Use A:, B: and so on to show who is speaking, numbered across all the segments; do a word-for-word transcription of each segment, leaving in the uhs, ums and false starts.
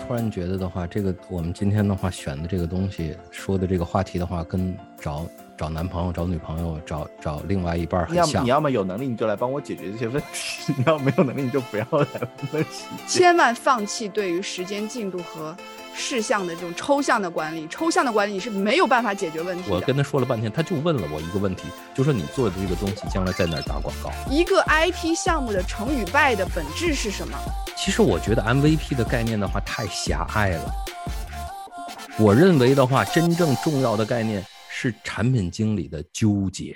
A: 突然觉得的话，这个我们今天的话选的这个东西，说的这个话题的话，跟找找男朋友、找女朋友、找找另外一半很像。
B: 你要么有能力你就来帮我解决这些问题，你要没有能力你就不要来问时间。
C: 千万放弃对于时间进度和事项的这种抽象的管理，抽象的管理你是没有办法解决问题的。
A: 我跟他说了半天，他就问了我一个问题，就说你做的这个东西将来在哪儿打广告？
C: 一个 I T 项目的成与败的本质是什么？
A: 其实我觉得 M V P 的概念的话太狭隘了。我认为的话，真正重要的概念是产品经理的纠结。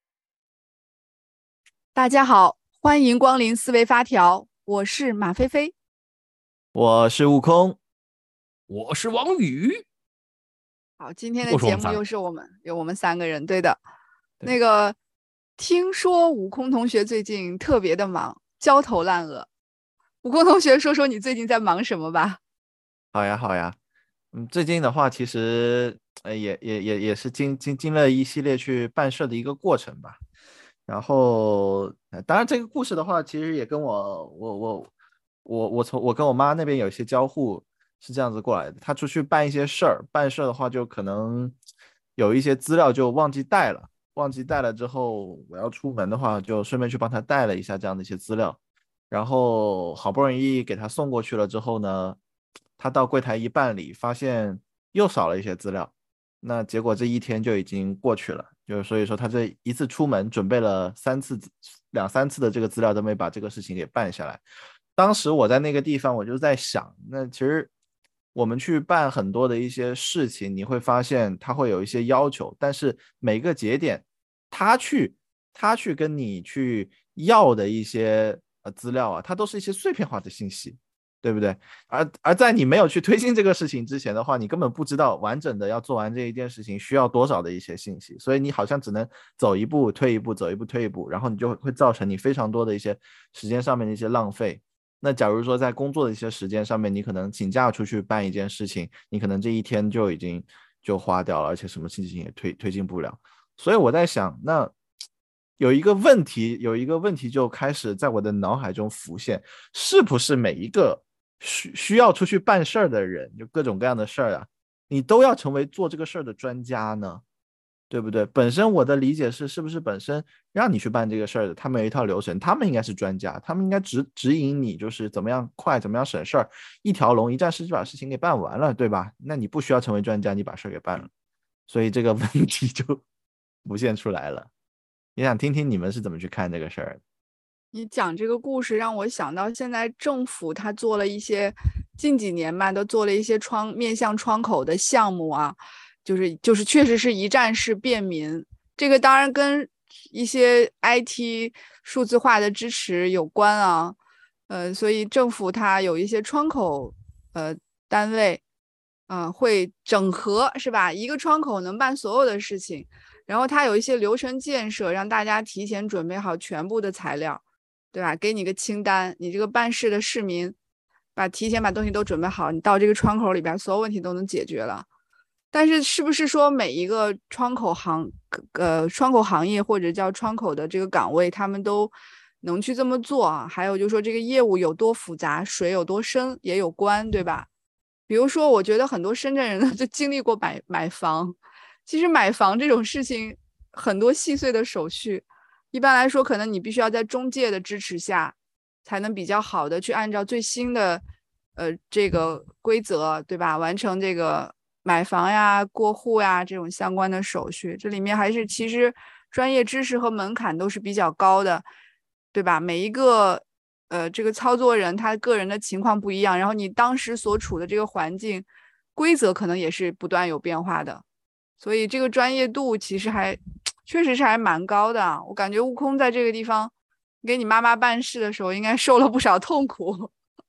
C: 大家好，欢迎光临思维发条，我是马飞飞，
B: 我是悟空，
A: 我是王宇。
C: 好，今天的节目又是我们有我们三个人，对的。对，那个听说悟空同学最近特别的忙，焦头烂额。悟空同学，说说你最近在忙什么吧。
B: 好呀，好呀。嗯，最近的话，其实呃也也也也是经经经了一系列去办事的一个过程吧。然后，当然这个故事的话，其实也跟我我我我我从我跟我妈那边有一些交互是这样子过来的。她出去办一些事儿，办事儿的话就可能有一些资料就忘记带了，忘记带了之后，我要出门的话就顺便去帮她带了一下这样的一些资料。然后好不容易给她送过去了之后呢，她到柜台一办理，发现又少了一些资料。那结果这一天就已经过去了，就是所以说他这一次出门准备了三次两三次的这个资料都没把这个事情给办下来。当时我在那个地方我就在想，那其实我们去办很多的一些事情，你会发现他会有一些要求，但是每个节点他去他去跟你去要的一些呃资料啊，它都是一些碎片化的信息，对不对？而而在你没有去推进这个事情之前的话，你根本不知道完整的要做完这一件事情需要多少的一些信息，所以你好像只能走一步退一步，走一步退一步，然后你就会造成你非常多的一些时间上面的一些浪费。那假如说在工作的一些时间上面，你可能请假出去办一件事情，你可能这一天就已经就花掉了，而且什么事情也推推进不了。所以我在想，那有一个问题，有一个问题就开始在我的脑海中浮现，是不是每一个需需要出去办事儿的人，就各种各样的事儿啊，你都要成为做这个事儿的专家呢？对不对？本身我的理解是，是不是本身让你去办这个事儿的，他们有一套流程，他们应该是专家，他们应该指指引你，就是怎么样快，怎么样省事儿，一条龙一站式就把事情给办完了，对吧？那你不需要成为专家，你把事儿给办了，所以这个问题就浮现出来了。也想听听你们是怎么去看这个事儿的。
C: 你讲这个故事让我想到，现在政府他做了一些近几年吧，都做了一些窗面向窗口的项目啊，就是就是确实是一站式便民。这个当然跟一些 I T 数字化的支持有关啊，呃，所以政府它有一些窗口呃单位，啊、呃，会整合是吧？一个窗口能办所有的事情，然后它有一些流程建设，让大家提前准备好全部的材料。对吧？给你个清单，你这个办事的市民，把提前把东西都准备好，你到这个窗口里边，所有问题都能解决了。但是，是不是说每一个窗口行呃窗口行业或者叫窗口的这个岗位，他们都能去这么做啊？还有就是说，这个业务有多复杂，水有多深也有关，对吧？比如说，我觉得很多深圳人呢，就经历过买买房，其实买房这种事情，很多细碎的手续。一般来说，可能你必须要在中介的支持下，才能比较好的去按照最新的呃这个规则，对吧？完成这个买房呀、过户呀这种相关的手续。这里面还是其实专业知识和门槛都是比较高的，对吧？每一个呃这个操作人他个人的情况不一样，然后你当时所处的这个环境规则可能也是不断有变化的，所以这个专业度其实还。确实是还蛮高的，我感觉悟空在这个地方给你妈妈办事的时候应该受了不少痛苦。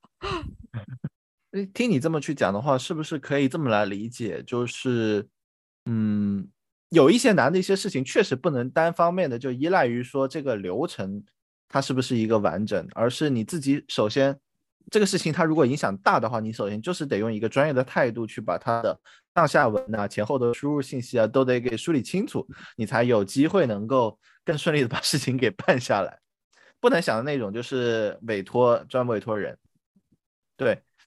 B: 听你这么去讲的话，是不是可以这么来理解，就是嗯，有一些难的一些事情确实不能单方面的就依赖于说这个流程它是不是一个完整，而是你自己首先这个事情它如果影响大的话，你首先就是得用一个专业的态度去把它的上下文啊、前后的输入信息啊都得给梳理清楚，你才有机会能够更顺利的把事情给办下来。不能想的那种就是委托专委托人。对，那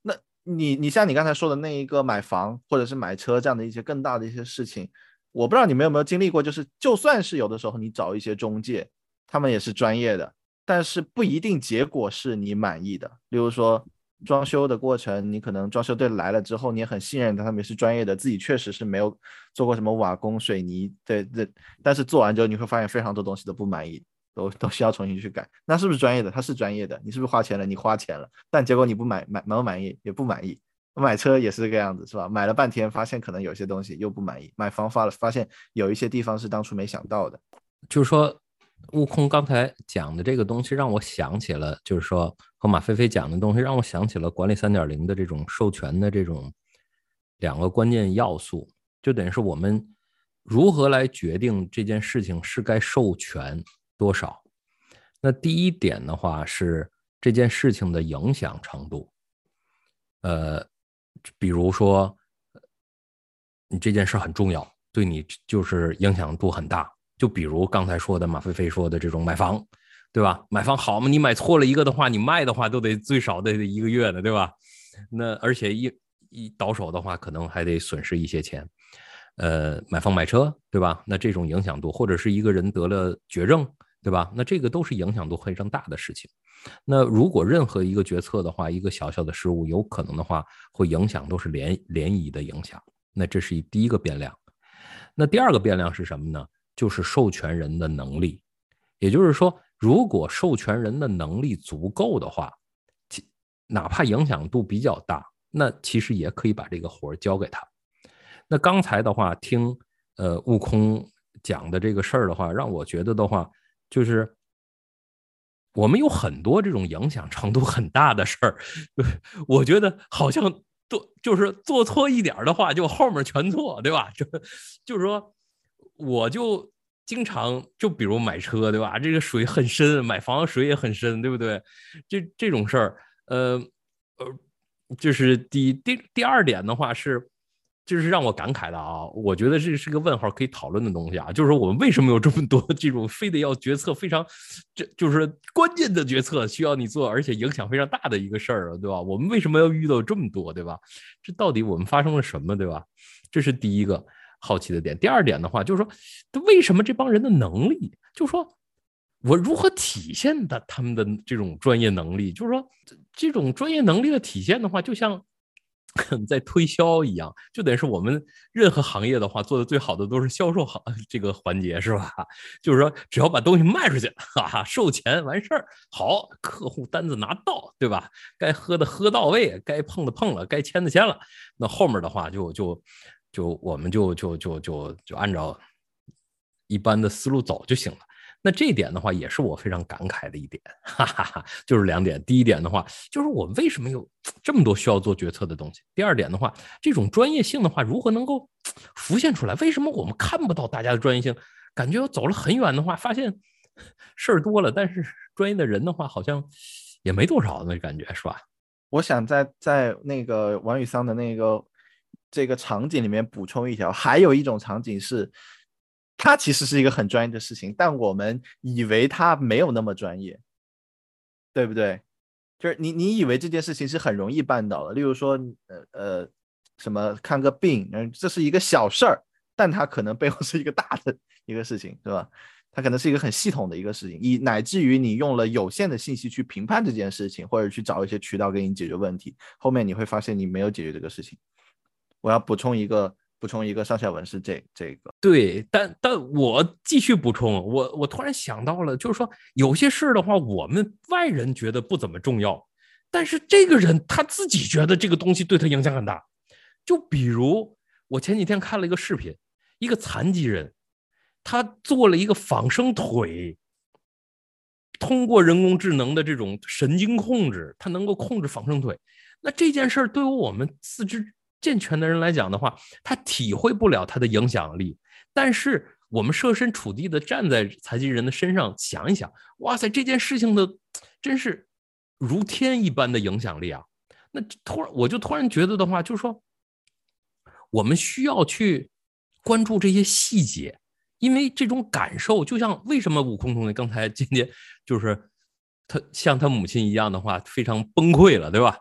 B: 你你像你刚才说的那一个买房或者是买车这样的一些更大的一些事情，我不知道你们有没有经历过，就是就算是有的时候你找一些中介，他们也是专业的，但是不一定结果是你满意的。例如说装修的过程，你可能装修队来了之后，你也很信任他们也是专业的，自己确实是没有做过什么瓦工水泥，对对，但是做完之后你会发现非常多东西都不满意，都都需要重新去改。那是不是专业的？他是专业的，你是不是花钱了？你花钱了，但结果你不买买满不满意？也不满意。买车也是这个样子，是吧？买了半天，发现可能有些东西又不满意；买房发了，发现有一些地方是当初没想到的。
A: 就是说，悟空刚才讲的这个东西，让我想起了，就是说和马飞飞讲的东西，让我想起了管理 三点零 的这种授权的这种两个关键要素，就等于是我们如何来决定这件事情是该授权多少。那第一点的话是这件事情的影响程度，呃。比如说你这件事很重要，对你就是影响度很大，就比如刚才说的马飞飞说的这种买房，对吧？买房好嘛，你买错了一个的话，你卖的话都得最少得一个月呢，对吧？那而且一一倒手的话，可能还得损失一些钱。呃，买房买车，对吧？那这种影响度，或者是一个人得了绝症，对吧？那这个都是影响度非常大的事情。那如果任何一个决策的话，一个小小的失误，有可能的话会影响都是涟涟漪的影响。那这是第一个变量。那第二个变量是什么呢？就是授权人的能力。也就是说，如果授权人的能力足够的话，哪怕影响度比较大，那其实也可以把这个活交给他。那刚才的话，听呃悟空讲的这个事儿的话，让我觉得的话，就是我们有很多这种影响程度很大的事儿，我觉得好像做就是做错一点的话，就后面全错，对吧？就就是说，我就经常就比如买车，对吧？这个水很深，买房水也很深，对不对？这这种事儿，呃呃，这是第第第二点的话是。这是让我感慨的啊！我觉得这是个问号可以讨论的东西啊，就是说我们为什么有这么多这种非得要决策非常，这就是关键的决策需要你做，而且影响非常大的一个事儿，对吧？我们为什么要遇到这么多，对吧？这到底我们发生了什么，对吧？这是第一个好奇的点。第二点的话，就是说，为什么这帮人的能力，就是说我如何体现的他们的这种专业能力？就是说，这种专业能力的体现的话，就像。在推销一样，就等于是我们任何行业的话，做的最好的都是销售行这个环节，是吧？就是说，只要把东西卖出去，哈哈，收钱完事儿，好，客户单子拿到，对吧？该喝的喝到位，该碰的碰了，该签的签了，那后面的话就就就我们就就就就就按照一般的思路走就行了。那这一点的话，也是我非常感慨的一点，哈哈哈，就是两点。第一点的话，就是我们为什么有这么多需要做决策的东西？第二点的话，这种专业性的话，如何能够浮现出来？为什么我们看不到大家的专业性？感觉我走了很远的话，发现事儿多了，但是专业的人的话，好像也没多少那感觉，是吧？
B: 我想在在那个王宇桑的那个这个场景里面补充一条，还有一种场景是。它其实是一个很专业的事情，但我们以为它没有那么专业，对不对？就是你你以为这件事情是很容易办到的，例如说，呃呃，什么看个病，嗯，这是一个小事儿，但它可能背后是一个大的一个事情，对吧？它可能是一个很系统的一个事情，以乃至于你用了有限的信息去评判这件事情，或者去找一些渠道给你解决问题，后面你会发现你没有解决这个事情。我要补充一个。补充一个上下文是这这个
A: 对，但但我继续补充，我我突然想到了，就是说有些事的话，我们外人觉得不怎么重要，但是这个人他自己觉得这个东西对他影响很大。就比如我前几天看了一个视频，一个残疾人，他做了一个仿生腿，通过人工智能的这种神经控制，他能够控制仿生腿。那这件事对于我们四肢健全的人来讲的话，他体会不了他的影响力，但是我们设身处地的站在残疾人的身上想一想，哇塞，这件事情的真是如天一般的影响力啊！那突然我就突然觉得的话，就是说我们需要去关注这些细节，因为这种感受就像为什么悟空同学刚才今天就是他像他母亲一样的话非常崩溃了，对吧？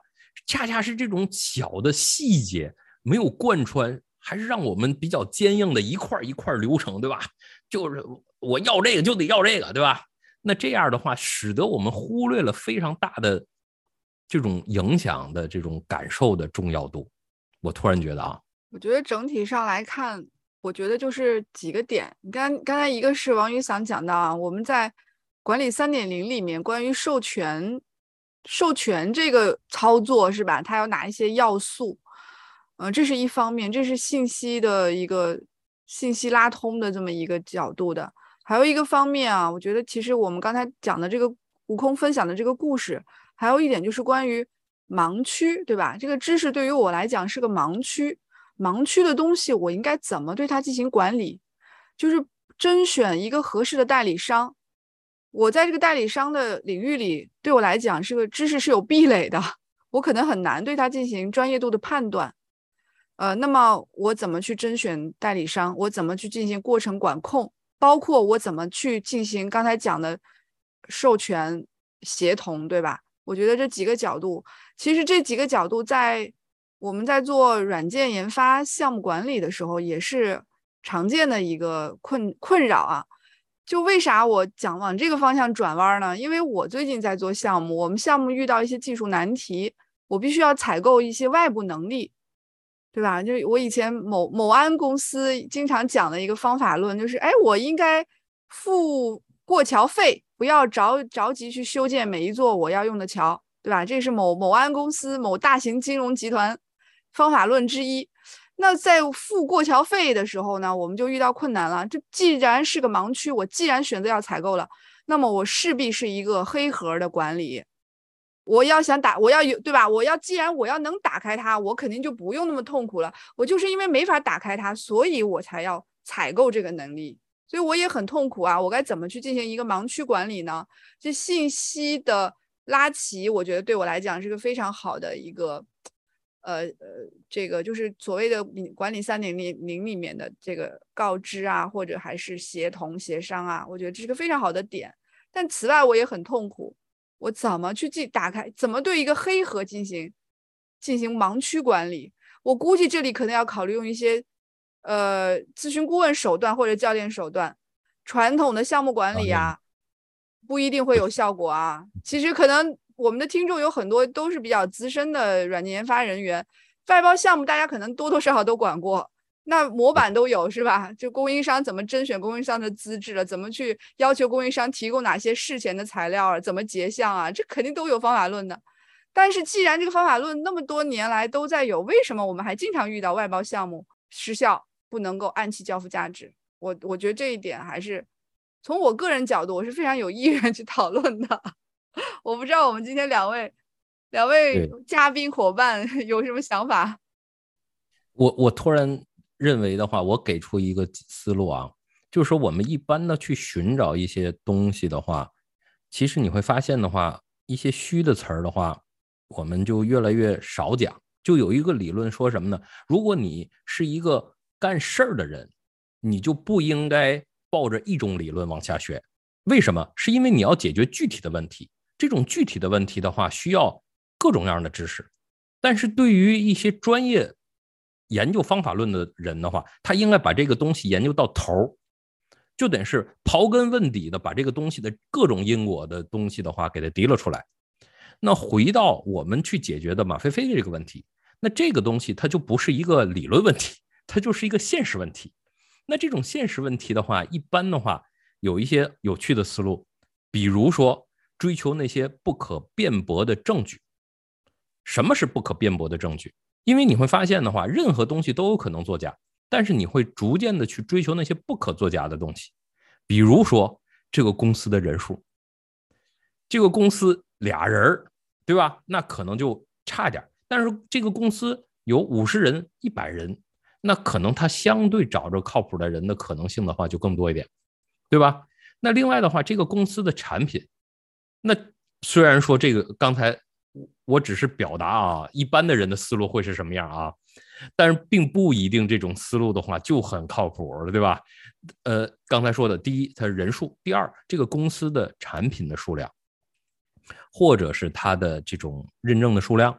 A: 恰恰是这种小的细节没有贯穿，还是让我们比较坚硬的一块一块流程，对吧？就是我要这个就得要这个，对吧？那这样的话，使得我们忽略了非常大的这种影响的这种感受的重要度。我突然觉得啊，
C: 我觉得整体上来看，我觉得就是几个点。刚刚才一个是王宇想讲到啊，我们在管理 三点零 里面关于授权授权这个操作是吧？它有哪一些要素？嗯、呃，这是一方面，这是信息的一个信息拉通的这么一个角度的。还有一个方面啊，我觉得其实我们刚才讲的这个悟空分享的这个故事，还有一点就是关于盲区，对吧？这个知识对于我来讲是个盲区，盲区的东西我应该怎么对它进行管理？就是甄选一个合适的代理商。我在这个代理商的领域里，对我来讲是个知识是有壁垒的，我可能很难对它进行专业度的判断。呃，那么我怎么去甄选代理商？我怎么去进行过程管控？包括我怎么去进行刚才讲的授权协同，对吧？我觉得这几个角度，其实这几个角度在我们在做软件研发项目管理的时候也是常见的一个困困扰啊。就为啥我讲往这个方向转弯呢？因为我最近在做项目，我们项目遇到一些技术难题，我必须要采购一些外部能力，对吧？就是我以前某某安公司经常讲的一个方法论，就是哎，我应该付过桥费，不要着着急去修建每一座我要用的桥，对吧？这是某某安公司某大型金融集团方法论之一。那在付过桥费的时候呢，我们就遇到困难了。这既然是个盲区，我既然选择要采购了，那么我势必是一个黑盒的管理。我要想打，我要有，对吧？我要既然我要能打开它，我肯定就不用那么痛苦了。我就是因为没法打开它，所以我才要采购这个能力。所以我也很痛苦啊！我该怎么去进行一个盲区管理呢？这信息的拉齐，我觉得对我来讲是个非常好的一个。呃呃，这个就是所谓的管理三点零里面的这个告知啊，或者还是协同协商啊，我觉得这是个非常好的点。但此外，我也很痛苦，我怎么去进打开，怎么对一个黑盒进行进行盲区管理？我估计这里可能要考虑用一些呃咨询顾问手段或者教练手段，传统的项目管理啊，不一定会有效果啊。其实可能。我们的听众有很多都是比较资深的软件研发人员，外包项目大家可能多多少少都管过，那模板都有是吧？就供应商怎么甄选供应商的资质了，怎么去要求供应商提供哪些事前的材料啊，怎么结项啊，这肯定都有方法论的。但是既然这个方法论那么多年来都在有，为什么我们还经常遇到外包项目失效，不能够按期交付价值？我我觉得这一点还是从我个人角度，我是非常有意愿去讨论的。我不知道我们今天两位两位嘉宾伙伴有什么想法？
A: 我我突然认为的话，我给出一个思路啊，就是说我们一般的去寻找一些东西的话，其实你会发现的话，一些虚的词儿的话，我们就越来越少讲。就有一个理论说什么呢？如果你是一个干事儿的人，你就不应该抱着一种理论往下学。为什么？是因为你要解决具体的问题。这种具体的问题的话，需要各种各样的知识。但是对于一些专业研究方法论的人的话，他应该把这个东西研究到头，就得是刨根问底的把这个东西的各种因果的东西的话给它提了出来。那回到我们去解决的马飞飞的这个问题，那这个东西它就不是一个理论问题，它就是一个现实问题。那这种现实问题的话，一般的话有一些有趣的思路，比如说追求那些不可辩驳的证据。什么是不可辩驳的证据？因为你会发现的话，任何东西都有可能作假，但是你会逐渐的去追求那些不可作假的东西。比如说这个公司的人数，这个公司俩人，对吧？那可能就差点，但是这个公司有五十人、一百人，那可能他相对找着靠谱的人的可能性的话就更多一点，对吧？那另外的话，这个公司的产品，那虽然说这个刚才我只是表达啊，一般的人的思路会是什么样啊，但是并不一定这种思路的话就很靠谱了，对吧？呃，刚才说的，第一，它是人数；第二，这个公司的产品的数量，或者是它的这种认证的数量。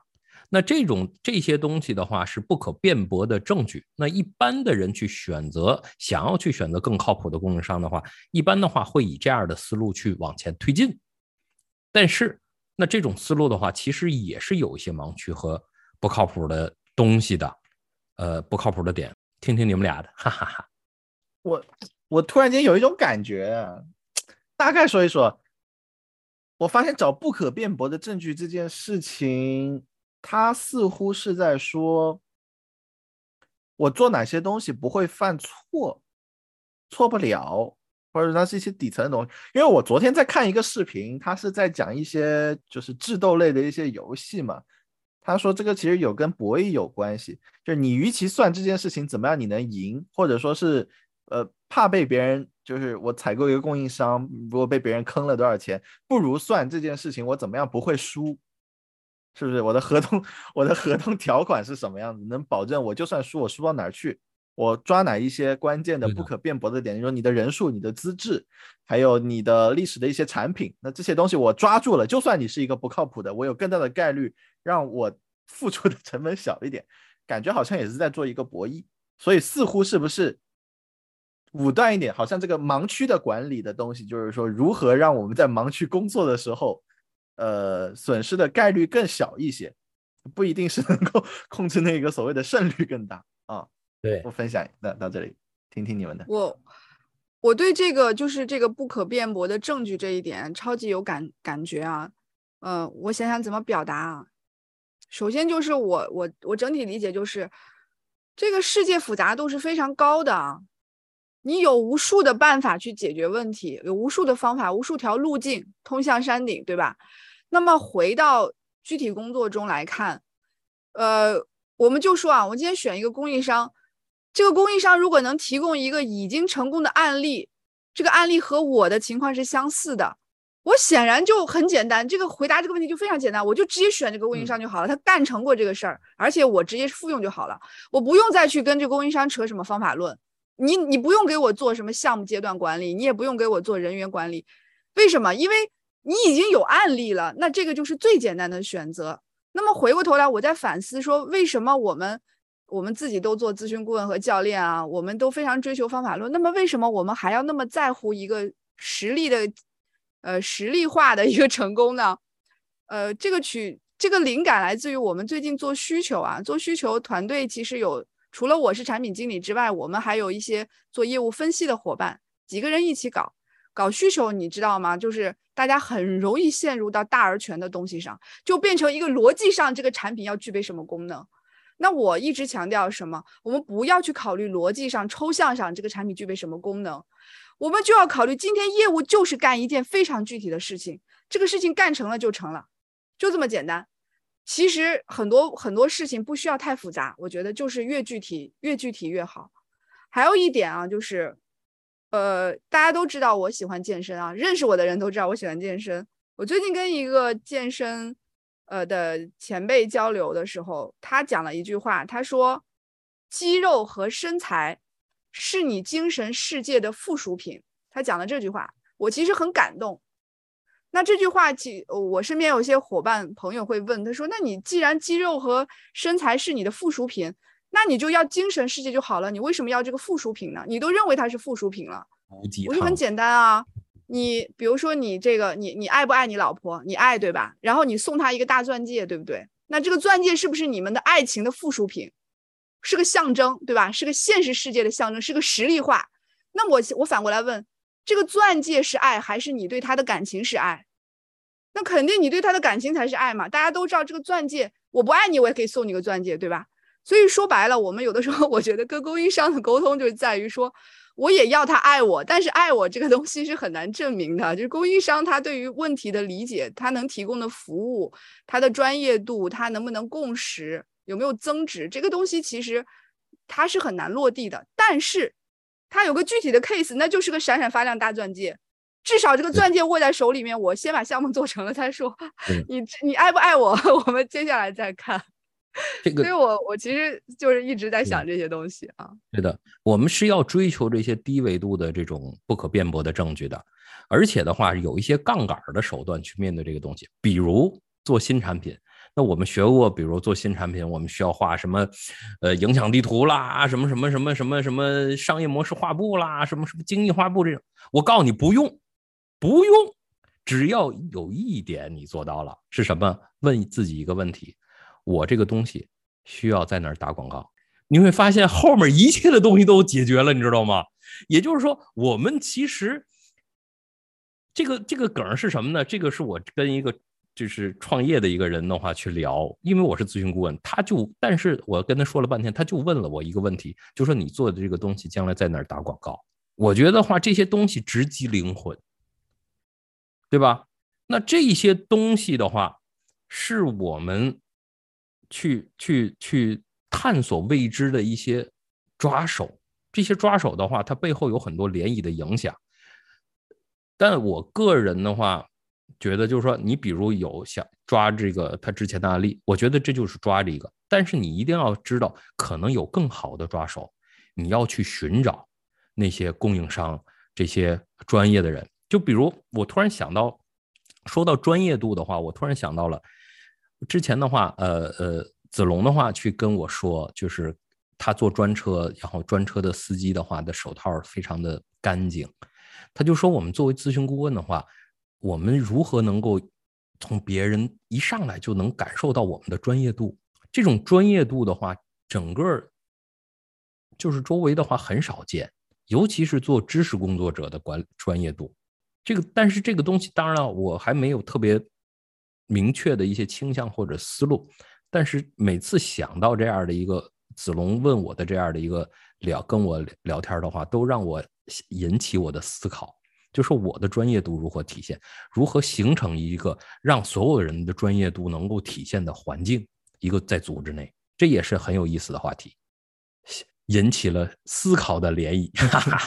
A: 那这种这些东西的话是不可辩驳的证据。那一般的人去选择，想要去选择更靠谱的供应商的话，一般的话会以这样的思路去往前推进。但是，那这种思路的话，其实也是有一些盲区和不靠谱的东西的，呃，不靠谱的点。听听你们俩的，哈哈哈。
B: 我我突然间有一种感觉，大概说一说。我发现找不可辩驳的证据这件事情，它似乎是在说，我做哪些东西不会犯错，错不了，或者它是一些底层的东西。因为我昨天在看一个视频，它是在讲一些就是智斗类的一些游戏嘛。他说这个其实有跟博弈有关系，就是你与其算这件事情怎么样你能赢，或者说是呃怕被别人，就是我采购一个供应商，如果被别人坑了多少钱，不如算这件事情我怎么样不会输，是不是？我的合同我的合同条款是什么样子，能保证我就算输，我输到哪儿去，我抓哪一些关键的不可辩驳的点，你说你的人数、你的资质，还有你的历史的一些产品，那这些东西我抓住了，就算你是一个不靠谱的，我有更大的概率让我付出的成本小一点，感觉好像也是在做一个博弈。所以似乎是不是武断一点，好像这个盲区的管理的东西，就是说如何让我们在盲区工作的时候呃，损失的概率更小一些，不一定是能够控制那个所谓的胜率更大啊。
A: 对，
B: 我分享到到这里，听听你们的。
C: 我我对这个就是这个不可辩驳的证据这一点超级有感感觉啊。呃，我想想怎么表达啊。首先就是我我我整体理解就是，这个世界复杂度是非常高的啊。你有无数的办法去解决问题，有无数的方法，无数条路径通向山顶，对吧？那么回到具体工作中来看，呃，我们就说啊，我今天选一个供应商，这个供应商如果能提供一个已经成功的案例，这个案例和我的情况是相似的，我显然就很简单，这个回答这个问题就非常简单，我就直接选这个供应商就好了，他干成过这个事儿，而且我直接复用就好了，我不用再去跟这个供应商扯什么方法论。你你不用给我做什么项目阶段管理，你也不用给我做人员管理，为什么？因为你已经有案例了，那这个就是最简单的选择。那么回过头来，我在反思说，为什么我们我们自己都做咨询顾问和教练啊，我们都非常追求方法论，那么为什么我们还要那么在乎一个实力的呃实力化的一个成功呢？呃，这个取这个灵感来自于我们最近做需求啊，做需求团队其实有。除了我是产品经理之外，我们还有一些做业务分析的伙伴，几个人一起搞搞需求，你知道吗？就是大家很容易陷入到大而全的东西上，就变成一个逻辑上这个产品要具备什么功能。那我一直强调什么？我们不要去考虑逻辑上、抽象上这个产品具备什么功能，我们就要考虑今天业务就是干一件非常具体的事情，这个事情干成了就成了，就这么简单。其实很多很多事情不需要太复杂，我觉得就是越具体越具体越好。还有一点啊，就是呃，大家都知道我喜欢健身啊，认识我的人都知道我喜欢健身。我最近跟一个健身呃的前辈交流的时候，他讲了一句话，他说肌肉和身材是你精神世界的附属品。他讲了这句话，我其实很感动。那这句话，我身边有些伙伴朋友会问他说，那你既然肌肉和身材是你的附属品，那你就要精神世界就好了，你为什么要这个附属品呢？你都认为它是附属品了。我说很简单啊，你比如说你这个你你爱不爱你老婆？你爱，对吧？然后你送她一个大钻戒，对不对？那这个钻戒是不是你们的爱情的附属品？是个象征，对吧？是个现实世界的象征，是个实例化。那我我反过来问，这个钻戒是爱还是你对他的感情是爱？那肯定你对他的感情才是爱嘛。大家都知道这个钻戒，我不爱你我也可以送你个钻戒，对吧？所以说白了，我们有的时候我觉得跟供应商的沟通就在于说，我也要他爱我，但是爱我这个东西是很难证明的，就是供应商他对于问题的理解，他能提供的服务，他的专业度，他能不能共识，有没有增值，这个东西其实它是很难落地的。但是它有个具体的 case， 那就是个闪闪发亮大钻戒，至少这个钻戒握在手里面，我先把项目做成了再说。你你爱不爱我，我们接下来再看。这个，所以我我其实就是一直在想这些东西啊。
A: 对的，我们是要追求这些低维度的这种不可辩驳的证据的，而且的话有一些杠杆的手段去面对这个东西，比如做新产品。 那我们学过，比如做新产品，我们需要画什么，呃，影响地图啦，什么什么什么什么什么商业模式画布啦，什么什么经济画布这种。我告诉你不用，不用，只要有一点你做到了，是什么？问自己一个问题：我这个东西需要在哪儿打广告？你会发现后面一切的东西都解决了，你知道吗？也就是说，我们其实这个这个梗是什么呢？这个是我跟一个就是创业的一个人的话去聊，因为我是咨询顾问，他就但是我跟他说了半天，他就问了我一个问题，就说你做的这个东西将来在哪儿打广告？我觉得话这些东西直击灵魂，对吧？那这些东西的话，是我们去去去探索未知的一些抓手。这些抓手的话，它背后有很多涟漪的影响。但我个人的话，觉得就是说，你比如有想抓这个他之前的案例，我觉得这就是抓这个。但是你一定要知道，可能有更好的抓手，你要去寻找那些供应商、这些专业的人。就比如我突然想到，说到专业度的话，我突然想到了之前的话，呃呃，子龙的话去跟我说，就是他坐专车，然后专车的司机的话的手套非常的干净。他就说，我们作为咨询顾问的话，我们如何能够从别人一上来就能感受到我们的专业度？这种专业度的话，整个就是周围的话很少见，尤其是做知识工作者的管专业度。这个，但是这个东西，当然了，我还没有特别明确的一些倾向或者思路。但是每次想到这样的一个子龙问我的这样的一个聊跟我聊天的话，都让我引起我的思考，就是我的专业度如何体现，如何形成一个让所有人的专业度能够体现的环境，一个在组织内，这也是很有意思的话题，引起了思考的涟漪。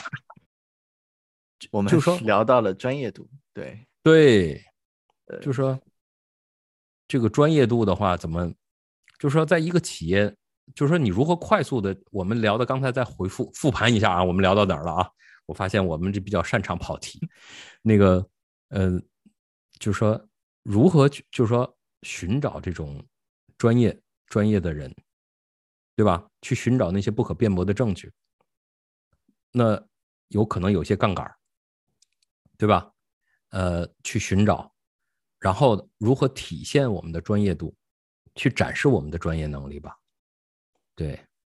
B: 我们聊到了专业度，对
A: 对，就是说这个专业度的话，怎么就是说在一个企业，就是说你如何快速的，我们聊的刚才再回复复盘一下啊，我们聊到哪儿了啊？我发现我们这比较擅长跑题，那个呃，就是说如何就是说寻找这种专业专业的人，对吧？去寻找那些不可辩驳的证据，那有可能有些杠杆，对吧？呃，去寻找，然后如何体现我们的专业度，去展示我们的专业能力吧。对，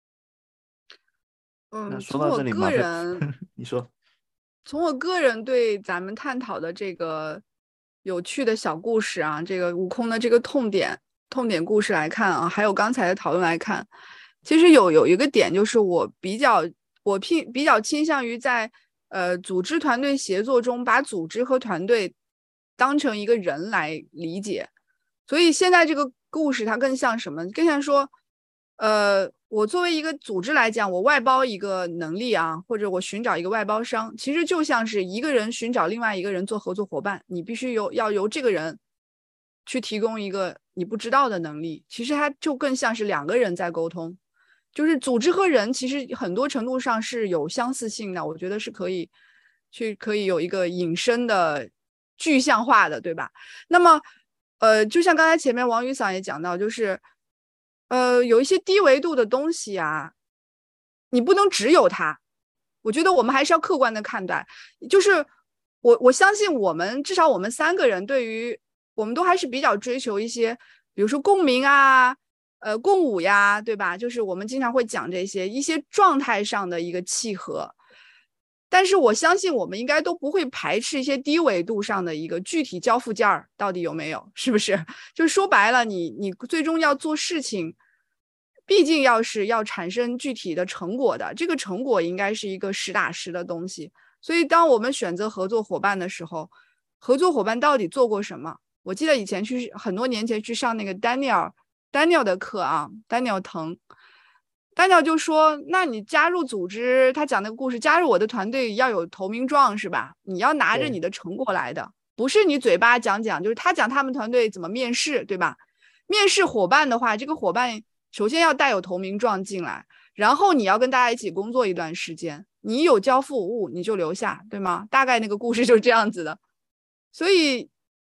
C: 嗯，从我个人，
B: 你说，
C: 从我个人对咱们探讨的这个有趣的小故事啊，这个悟空的这个痛点痛点故事来看啊，还有刚才的讨论来看，其实有有一个点就是我比较我偏比较倾向于在呃组织团队协作中把组织和团队当成一个人来理解，所以现在这个故事它更像什么？更像说，呃，我作为一个组织来讲，我外包一个能力啊，或者我寻找一个外包商，其实就像是一个人寻找另外一个人做合作伙伴，你必须有要由这个人去提供一个你不知道的能力，其实它就更像是两个人在沟通。就是组织和人其实很多程度上是有相似性的，我觉得是可以去可以有一个引申的具象化的，对吧？那么呃，就像刚才前面王宇桑也讲到，就是呃有一些低维度的东西啊，你不能只有它，我觉得我们还是要客观的看待。就是我我相信我们至少我们三个人对于我们都还是比较追求一些，比如说共鸣啊，呃，共舞呀，对吧？就是我们经常会讲这些一些状态上的一个契合，但是我相信我们应该都不会排斥一些低维度上的一个具体交付件儿到底有没有，是不是？就是说白了，你你最终要做事情，毕竟要是要产生具体的成果的，这个成果应该是一个实打实的东西。所以当我们选择合作伙伴的时候，合作伙伴到底做过什么？我记得以前去很多年前去上那个 Daniel。Daniel 的课啊 ，Daniel 腾 ，Daniel 就说：“那你加入组织，他讲那个故事，加入我的团队要有投名状是吧？你要拿着你的成果来的，不是你嘴巴讲讲，就是他讲他们团队怎么面试，对吧？面试伙伴的话，这个伙伴首先要带有投名状进来，然后你要跟大家一起工作一段时间，你有交付物你就留下，对吗？大概那个故事就是这样子的，所以。”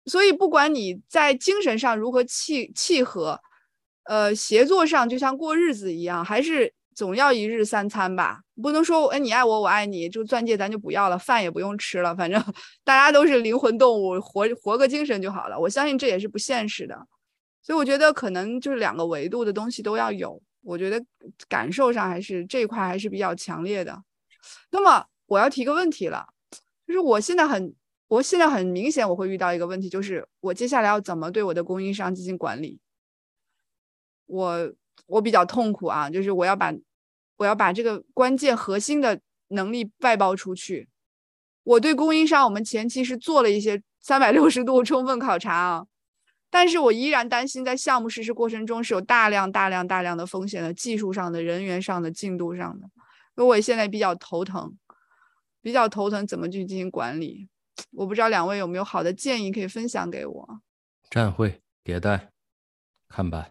C: 所以不管你在精神上如何契契合，呃，协作上就像过日子一样，还是总要一日三餐吧，不能说哎你爱我我爱你，这个钻戒咱就不要了，饭也不用吃了，反正大家都是灵魂动物，活活个精神就好了。我相信这也是不现实的，所以我觉得可能就是两个维度的东西都要有，我觉得感受上还是这一块还是比较强烈的。那么我要提个问题了，就是我现在很我现在很明显我会遇到一个问题，就是我接下来要怎么对我的供应商进行管理。我我比较痛苦啊，就是我要把我要把这个关键核心的能力外包出去。我对供应商我们前期是做了一些三百六十度充分考察啊，但是我依然担心在项目实施过程中是有大量大量大量的风险的，技术上的、人员上的、进度上的，所以我现在比较头疼比较头疼怎么去进行管理。我不知道两位有没有好的建议可以分享给我。
A: 站会迭代看板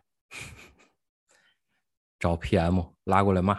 A: 找 P M 拉过来骂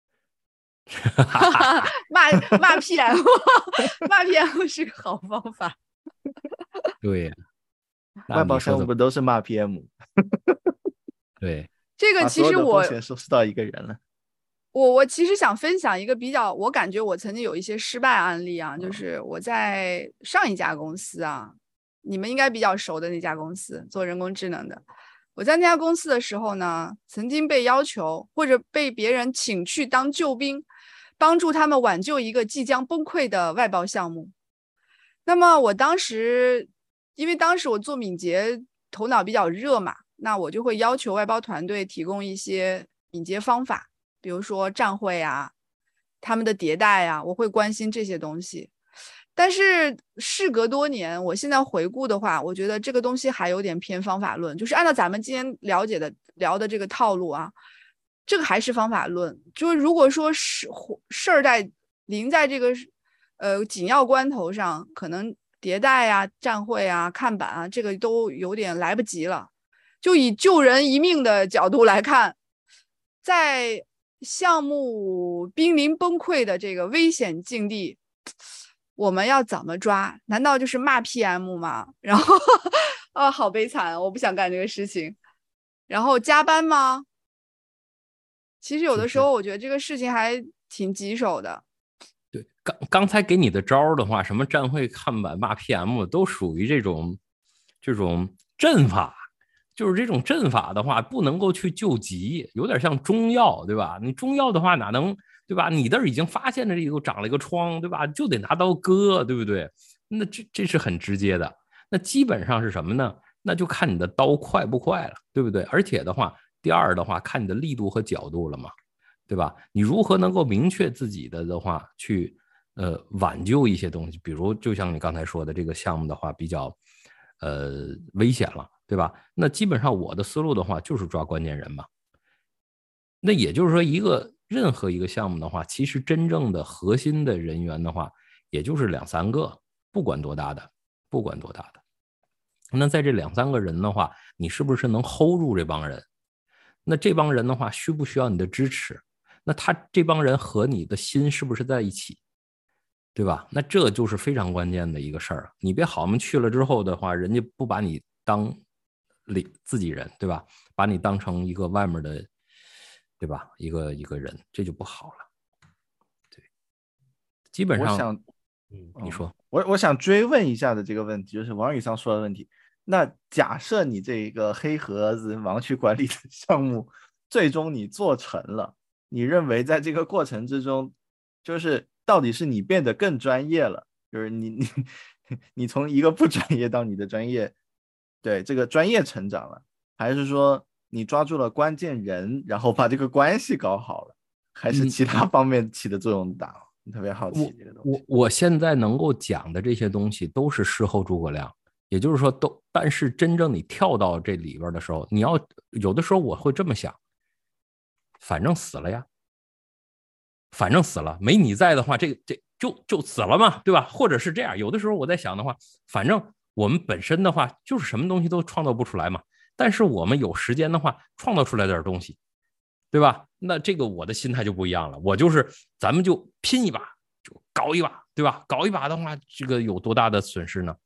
C: 骂骂 P M 骂 P M 是个好方法。
A: 对呀，
B: 外包项目不都是骂 P M？
A: 对，
C: 这个其实我
B: 风险收拾到一个人了。
C: 我我其实想分享一个比较，我感觉我曾经有一些失败案例啊，就是我在上一家公司啊，你们应该比较熟的那家公司做人工智能的。我在那家公司的时候呢，曾经被要求或者被别人请去当救兵，帮助他们挽救一个即将崩溃的外包项目。那么我当时，因为当时我做敏捷，头脑比较热嘛，那我就会要求外包团队提供一些敏捷方法，比如说站会啊，他们的迭代啊，我会关心这些东西。但是事隔多年，我现在回顾的话，我觉得这个东西还有点偏方法论，就是按照咱们今天了解的聊的这个套路啊，这个还是方法论。就是如果说事事儿在临在这个呃紧要关头上，可能迭代啊、站会啊、看板啊，这个都有点来不及了。就以救人一命的角度来看，在项目濒临崩溃的这个危险境地，我们要怎么抓？难道就是骂 P M 吗？然后啊，好悲惨，我不想干这个事情。然后加班吗？其实有的时候我觉得这个事情还挺棘手的。
A: 对，刚刚才给你的招的话，什么站会、看板、骂 P M 都属于这种这种阵法。就是这种阵法的话，不能够去救急，有点像中药，对吧？你中药的话哪能，对吧？你这儿已经发现了这个长了一个疮，对吧？就得拿刀割，对不对？那这这是很直接的。那基本上是什么呢？那就看你的刀快不快了，对不对？而且的话，第二的话，看你的力度和角度了嘛，对吧？你如何能够明确自己的的话，去呃挽救一些东西，比如就像你刚才说的这个项目的话，比较呃危险了。对吧？那基本上我的思路的话，就是抓关键人嘛。那也就是说，一个任何一个项目的话，其实真正的核心的人员的话，也就是两三个，不管多大的，不管多大的。那在这两三个人的话，你是不是能 hold 住这帮人？那这帮人的话，需不需要你的支持？那他这帮人和你的心是不是在一起？对吧？那这就是非常关键的一个事儿。你别好嘛去了之后的话，人家不把你当自己人，对吧？把你当成一个外面的，对吧？一个一个人，这就不好了。对，基本上，
B: 我想，
A: 嗯，你说，
B: 我我想追问一下的这个问题，就是王宇桑说的问题。那假设你这个黑盒子盲区管理的项目，最终你做成了，你认为在这个过程之中，就是到底是你变得更专业了，就是你你你从一个不专业到你的专业。对，这个专业成长了，还是说你抓住了关键人，然后把这个关系搞好了，还是其他方面起的作用大？你、嗯、特别好奇这个东西。
A: 我我现在能够讲的这些东西都是事后诸葛亮，也就是说都，但是真正你跳到这里边的时候，你要有的时候我会这么想，反正死了呀，反正死了，没你在的话，这这就就死了嘛，对吧？或者是这样，有的时候我在想的话，反正。我们本身的话就是什么东西都创造不出来嘛，但是我们有时间的话创造出来点东西，对吧？那这个我的心态就不一样了，我就是咱们就拼一把，就搞一把，对吧？搞一把的话，这个有多大的损失呢？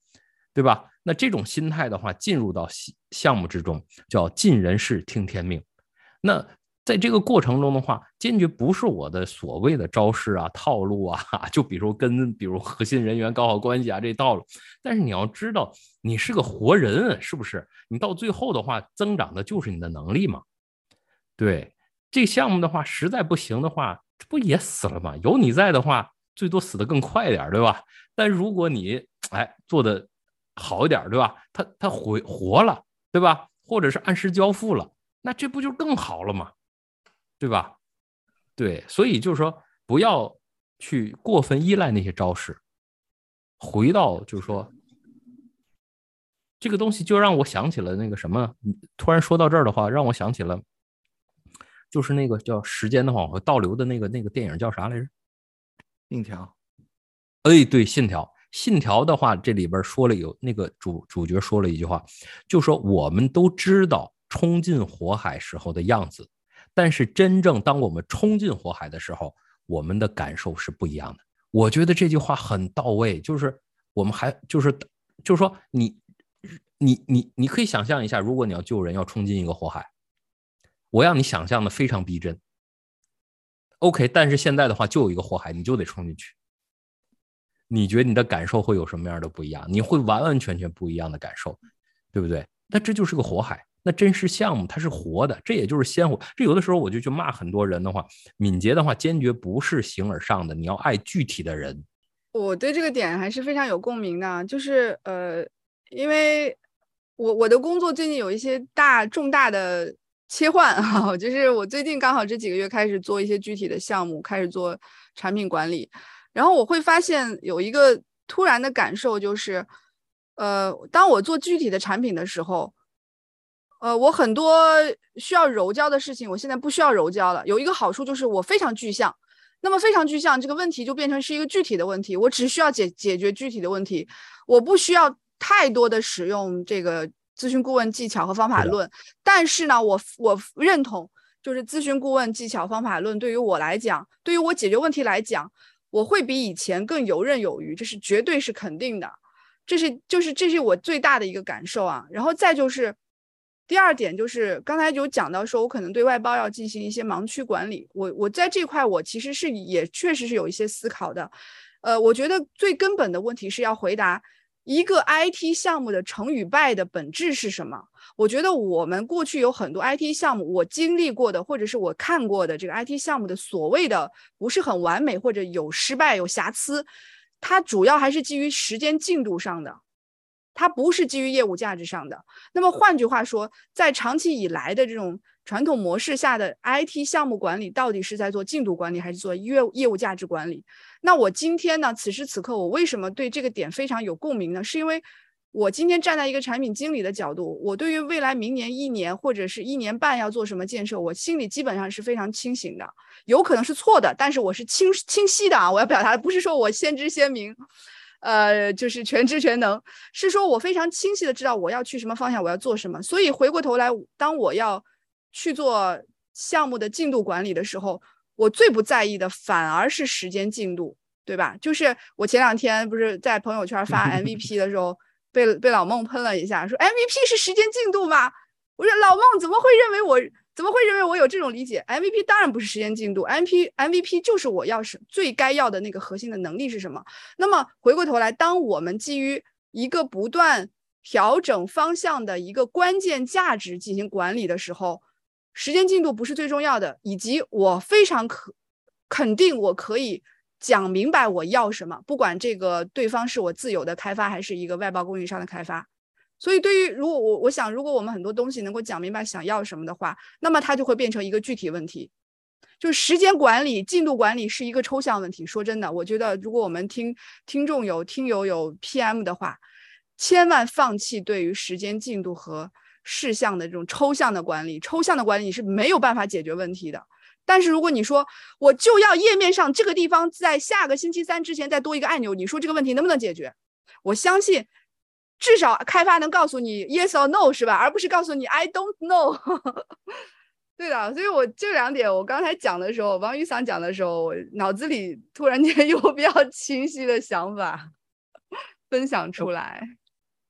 A: 对吧？那这种心态的话，进入到项目之中，叫尽人事听天命。那在这个过程中的话，坚决不是我的所谓的招式啊、套路啊，就比如跟比如核心人员搞好关系啊这套路。但是你要知道，你是个活人，是不是？你到最后的话，增长的就是你的能力嘛。对，这项目的话，实在不行的话，这不也死了吗？有你在的话，最多死得更快点，对吧？但如果你哎做的好一点，对吧？他他活活了，对吧？或者是按时交付了，那这不就更好了吗？对吧？对，所以就是说，不要去过分依赖那些招式。回到就是说，这个东西就让我想起了那个什么，突然说到这儿的话，让我想起了，就是那个叫时间的往回倒流的那个那个电影叫啥来着？
B: 信条。
A: 哎，对，信条。信条的话，这里边说了有那个主主角说了一句话，就说我们都知道冲进火海时候的样子，但是真正当我们冲进火海的时候，我们的感受是不一样的。我觉得这句话很到位，就是我们还就是就是说你你你你可以想象一下，如果你要救人，要冲进一个火海，我让你想象的非常逼真。OK， 但是现在的话，就有一个火海，你就得冲进去。你觉得你的感受会有什么样的不一样？你会完完全全不一样的感受，对不对？那这就是个火海，那真实项目它是活的，这也就是鲜活。这有的时候我就去骂很多人的话，敏捷的话坚决不是形而上的，你要爱具体的人。
C: 我对这个点还是非常有共鸣的，就是呃，因为我我的工作最近有一些大重大的切换啊，就是我最近刚好这几个月开始做一些具体的项目，开始做产品管理。然后我会发现有一个突然的感受，就是呃，当我做具体的产品的时候，呃，我很多需要柔焦的事情，我现在不需要柔焦了。有一个好处就是我非常具象，那么非常具象，这个问题就变成是一个具体的问题，我只需要解解决具体的问题，我不需要太多的使用这个咨询顾问技巧和方法论。但是呢，我我认同，就是咨询顾问技巧方法论对于我来讲，对于我解决问题来讲，我会比以前更游刃有余，这是绝对是肯定的，这是就是这是我最大的一个感受啊。然后再就是第二点，就是刚才有讲到说我可能对外包要进行一些盲区管理，我我在这块我其实是也确实是有一些思考的。呃，我觉得最根本的问题是要回答一个 I T 项目的成与败的本质是什么。我觉得我们过去有很多 I T 项目，我经历过的或者是我看过的这个 I T 项目的所谓的不是很完美或者有失败有瑕疵，它主要还是基于时间进度上的，它不是基于业务价值上的。那么换句话说，在长期以来的这种传统模式下的 I T 项目管理到底是在做进度管理还是做业务业务价值管理？那我今天呢，此时此刻我为什么对这个点非常有共鸣呢？是因为我今天站在一个产品经理的角度，我对于未来明年一年或者是一年半要做什么建设，我心里基本上是非常清醒的，有可能是错的，但是我是清清晰的啊。我要表达的不是说我先知先明，呃，就是全知全能，是说我非常清晰的知道我要去什么方向，我要做什么。所以回过头来，当我要去做项目的进度管理的时候，我最不在意的反而是时间进度，对吧？就是我前两天不是在朋友圈发 M V P 的时候被被老孟喷了一下，说 M V P 是时间进度吗？我说老孟怎么会认为我怎么会认为我有这种理解？ M V P 当然不是时间进度， M V P M V P 就是我要是最该要的那个核心的能力是什么。那么回过头来，当我们基于一个不断调整方向的一个关键价值进行管理的时候，时间进度不是最重要的，以及我非常可肯定我可以讲明白我要什么，不管这个对方是我自有的开发还是一个外包供应商的开发。所以对于如果我我想如果我们很多东西能够讲明白想要什么的话，那么它就会变成一个具体问题。就是时间管理进度管理是一个抽象问题，说真的，我觉得如果我们听听众有听友有 P M 的话，千万放弃对于时间进度和事项的这种抽象的管理，抽象的管理是没有办法解决问题的。但是如果你说我就要页面上这个地方在下个星期三之前再多一个按钮，你说这个问题能不能解决？我相信至少开发能告诉你 yes or no 是吧，而不是告诉你 I don't know 对的。所以我这两点我刚才讲的时候，王玉桑讲的时候，我脑子里突然间有比较清晰的想法分享出来。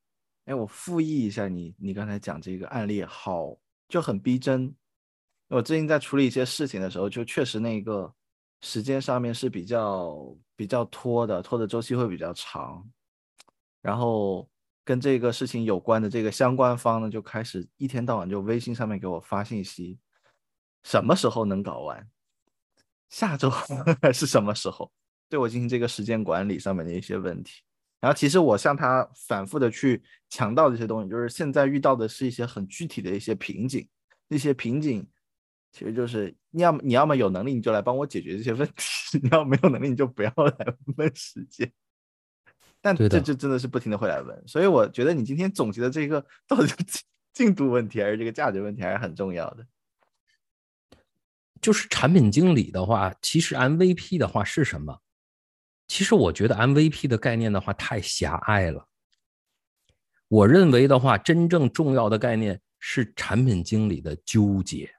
B: 哎，我复议一下你你刚才讲这个案例，好，就很逼真。我最近在处理一些事情的时候，就确实那个时间上面是比较比较拖的，拖的周期会比较长。然后跟这个事情有关的这个相关方呢，就开始一天到晚就微信上面给我发信息，什么时候能搞完？下周还是什么时候？对我进行这个时间管理上面的一些问题。然后其实我向他反复的去强调这些东西，就是现在遇到的是一些很具体的一些瓶颈，那些瓶颈其实就是你要你要么有能力你就来帮我解决这些问题，你要没有能力你就不要来问时间。但
A: 对的，
B: 这就真的是不停的会来问，所以我觉得你今天总结的这个到底是进度问题还是这个价值问题还是很重要的。
A: 就是产品经理的话，其实 M V P 的话是什么？其实我觉得 M V P 的概念的话太狭隘了。我认为的话，真正重要的概念是产品经理的纠结。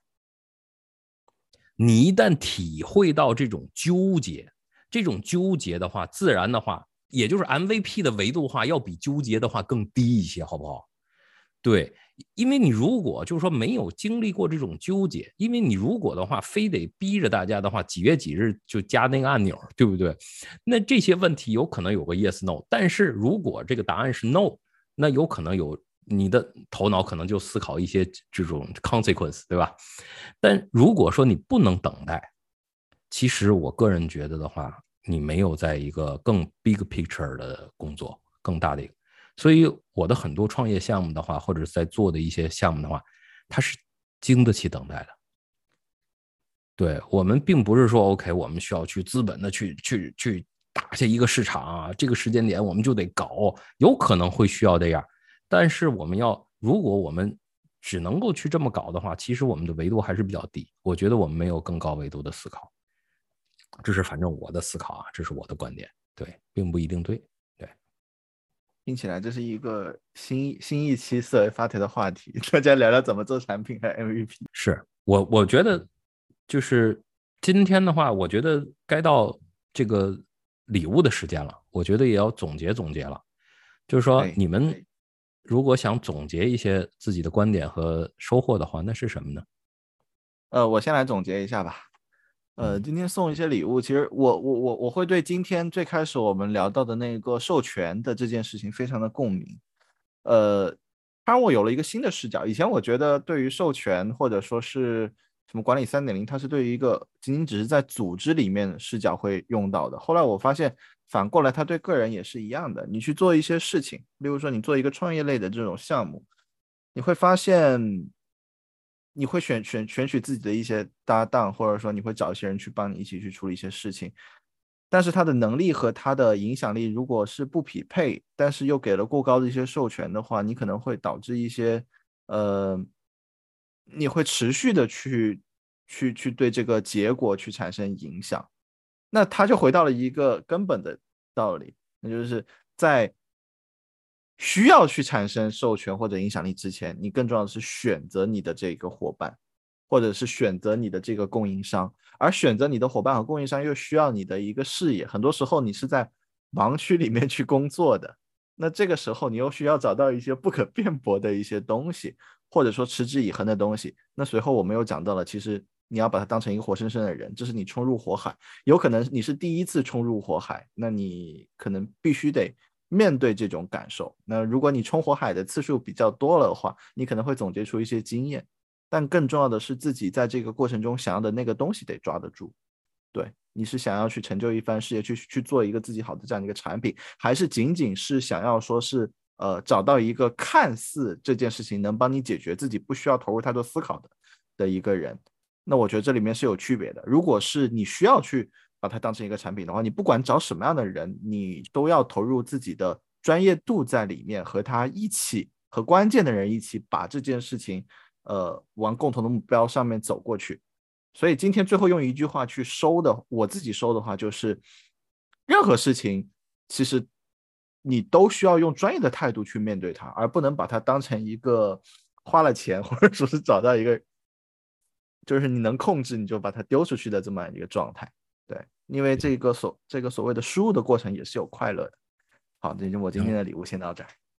A: 你一旦体会到这种纠结，这种纠结的话，自然的话，也就是 M V P 的维度话，要比纠结的话更低一些，好不好？对，因为你如果就是说没有经历过这种纠结，因为你如果的话，非得逼着大家的话，几月几日就加那个按钮，对不对？那这些问题有可能有个 yes no， 但是如果这个答案是 no， 那有可能有你的头脑可能就思考一些这种 consequence， 对吧？但如果说你不能等待，其实我个人觉得的话，你没有在一个更 big picture 的工作，更大的一个。所以我的很多创业项目的话，或者是在做的一些项目的话，它是经得起等待的。对，我们并不是说 OK， 我们需要去资本的去去去打下一个市场啊，这个时间点我们就得搞，有可能会需要这样，但是我们要，如果我们只能够去这么搞的话，其实我们的维度还是比较低。我觉得我们没有更高维度的思考，这是反正我的思考啊，这是我的观点，对，并不一定对。
B: 听起来这是一个新新一期思维发题的话题，大家聊聊怎么做产品和 M V P。
A: 是我我觉得就是今天的话，我觉得该到这个礼物的时间了，我觉得也要总结总结了。就是说，你们如果想总结一些自己的观点和收获的话，那是什么呢？
B: 呃，我先来总结一下吧。呃，今天送一些礼物，其实我我我我会对今天最开始我们聊到的那个授权的这件事情非常的共鸣。呃，当然我有了一个新的视角。以前我觉得对于授权或者说是什么管理 三点零，它是对于一个仅仅只是在组织里面视角会用到的。后来我发现反过来它对个人也是一样的。你去做一些事情，例如说你做一个创业类的这种项目，你会发现你会选选选取自己的一些搭档，或者说你会找一些人去帮你一起去处理一些事情，但是他的能力和他的影响力如果是不匹配，但是又给了过高的一些授权的话，你可能会导致一些呃，你会持续的去去去对这个结果去产生影响。那他就回到了一个根本的道理，那就是在需要去产生授权或者影响力之前，你更重要的是选择你的这个伙伴，或者是选择你的这个供应商。而选择你的伙伴和供应商又需要你的一个视野，很多时候你是在盲区里面去工作的，那这个时候你又需要找到一些不可辩驳的一些东西，或者说持之以恒的东西。那随后我们又讲到了，其实你要把它当成一个活生生的人，这是你冲入火海，有可能你是第一次冲入火海，那你可能必须得面对这种感受。那如果你冲火海的次数比较多了的话，你可能会总结出一些经验，但更重要的是自己在这个过程中想要的那个东西得抓得住。对，你是想要去成就一番事业，去去做一个自己好的这样的一个产品，还是仅仅是想要说是呃找到一个看似这件事情能帮你解决，自己不需要投入太多思考的的一个人？那我觉得这里面是有区别的。如果是你需要去把它当成一个产品的话，你不管找什么样的人，你都要投入自己的专业度在里面，和他一起，和关键的人一起把这件事情呃往共同的目标上面走过去。所以今天最后用一句话去收的，我自己收的话就是，任何事情其实你都需要用专业的态度去面对它，而不能把它当成一个花了钱或者说是找到一个就是你能控制你就把它丢出去的这么一个状态。对，因为这个所这个所谓的输入的过程也是有快乐的。好，这就我今天的礼物先到这儿。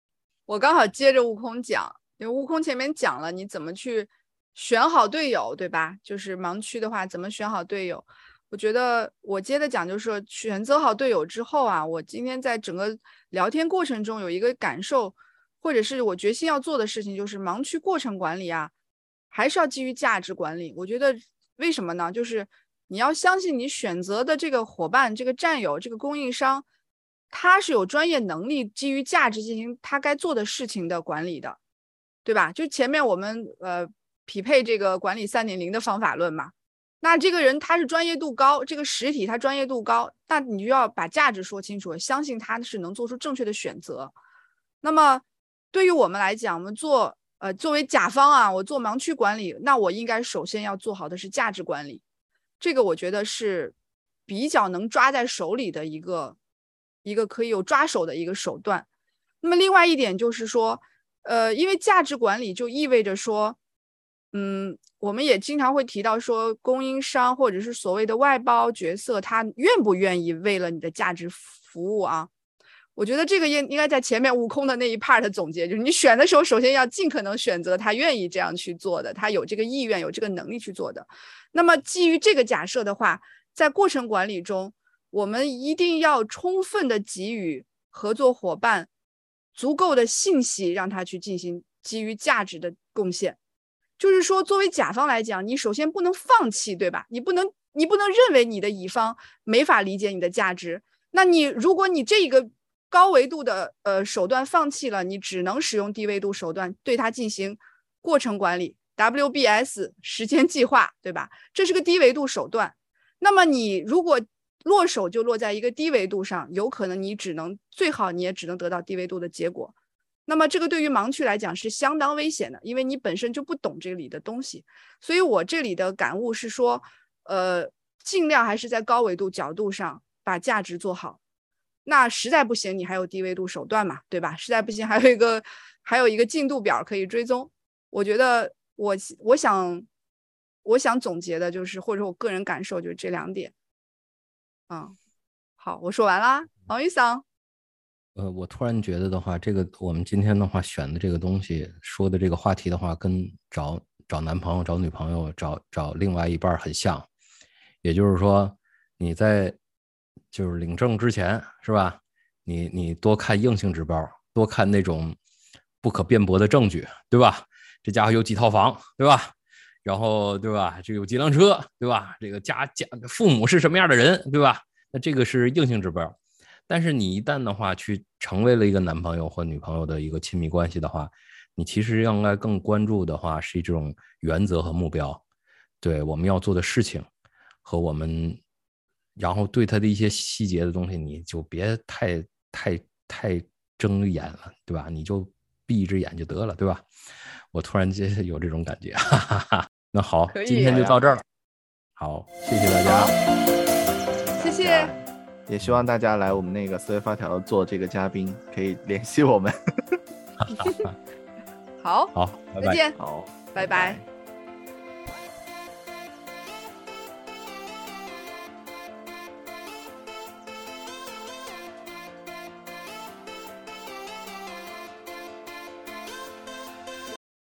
C: 我刚好接着悟空讲，因为悟空前面讲了你怎么去选好队友，对吧？就是盲区的话怎么选好队友。我觉得我接着讲，就是说选择好队友之后啊，我今天在整个聊天过程中有一个感受，或者是我决心要做的事情，就是盲区过程管理啊，还是要基于价值管理。我觉得为什么呢？就是你要相信你选择的这个伙伴、这个战友、这个供应商，他是有专业能力基于价值进行他该做的事情的管理的，对吧？就前面我们呃匹配这个管理 三点零 的方法论嘛，那这个人他是专业度高，这个实体他专业度高，那你就要把价值说清楚，相信他是能做出正确的选择。那么对于我们来讲，我们做呃作为甲方啊，我做盲区管理，那我应该首先要做好的是价值管理，这个我觉得是比较能抓在手里的一个一个可以有抓手的一个手段。那么另外一点就是说，呃，因为价值管理就意味着说，嗯，我们也经常会提到说，供应商或者是所谓的外包角色，他愿不愿意为了你的价值服务啊？我觉得这个应应该在前面悟空的那一 part 总结，就是你选的时候，首先要尽可能选择他愿意这样去做的，他有这个意愿、有这个能力去做的。那么基于这个假设的话，在过程管理中，我们一定要充分的给予合作伙伴足够的信息，让他去进行基于价值的贡献。就是说，作为甲方来讲，你首先不能放弃，对吧？你不能，你不能认为你的乙方没法理解你的价值。那你如果你这个高维度的呃手段放弃了，你只能使用低维度手段对它进行过程管理 W B S 时间计划，对吧？这是个低维度手段。那么你如果落手就落在一个低维度上，有可能你只能最好你也只能得到低维度的结果。那么这个对于盲区来讲是相当危险的，因为你本身就不懂这里的东西。所以我这里的感悟是说，呃，尽量还是在高维度角度上把价值做好。那实在不行，你还有低维度手段嘛，对吧？实在不行，还有一个还有一个进度表可以追踪。我觉得我我想我想总结的就是，或者我个人感受就是这两点。嗯，好，我说完啦，王玉桑。
A: 呃，我突然觉得的话，这个我们今天的话选的这个东西，说的这个话题的话，跟找找男朋友、找女朋友、找找另外一半很像。也就是说，你在就是领证之前，是吧？你你多看硬性指标，多看那种不可辩驳的证据，对吧？这家伙有几套房，对吧？然后对吧？这有几辆车，对吧？这个家家父母是什么样的人，对吧？那这个是硬性指标。但是你一旦的话去成为了一个男朋友或女朋友的一个亲密关系的话，你其实应该更关注的话是这种原则和目标，对我们要做的事情和我们，然后对他的一些细节的东西，你就别太太太睁眼了，对吧？你就闭一只眼就得了，对吧？我突然间有这种感觉，哈哈哈。那好，今天就到这儿了。好，谢谢大家，
C: 谢谢。
B: 也希望大家来我们那个思维发条做这个嘉宾，可以联系我们。
C: 好，
A: 好，
C: 再见，
B: 好，
C: 拜拜。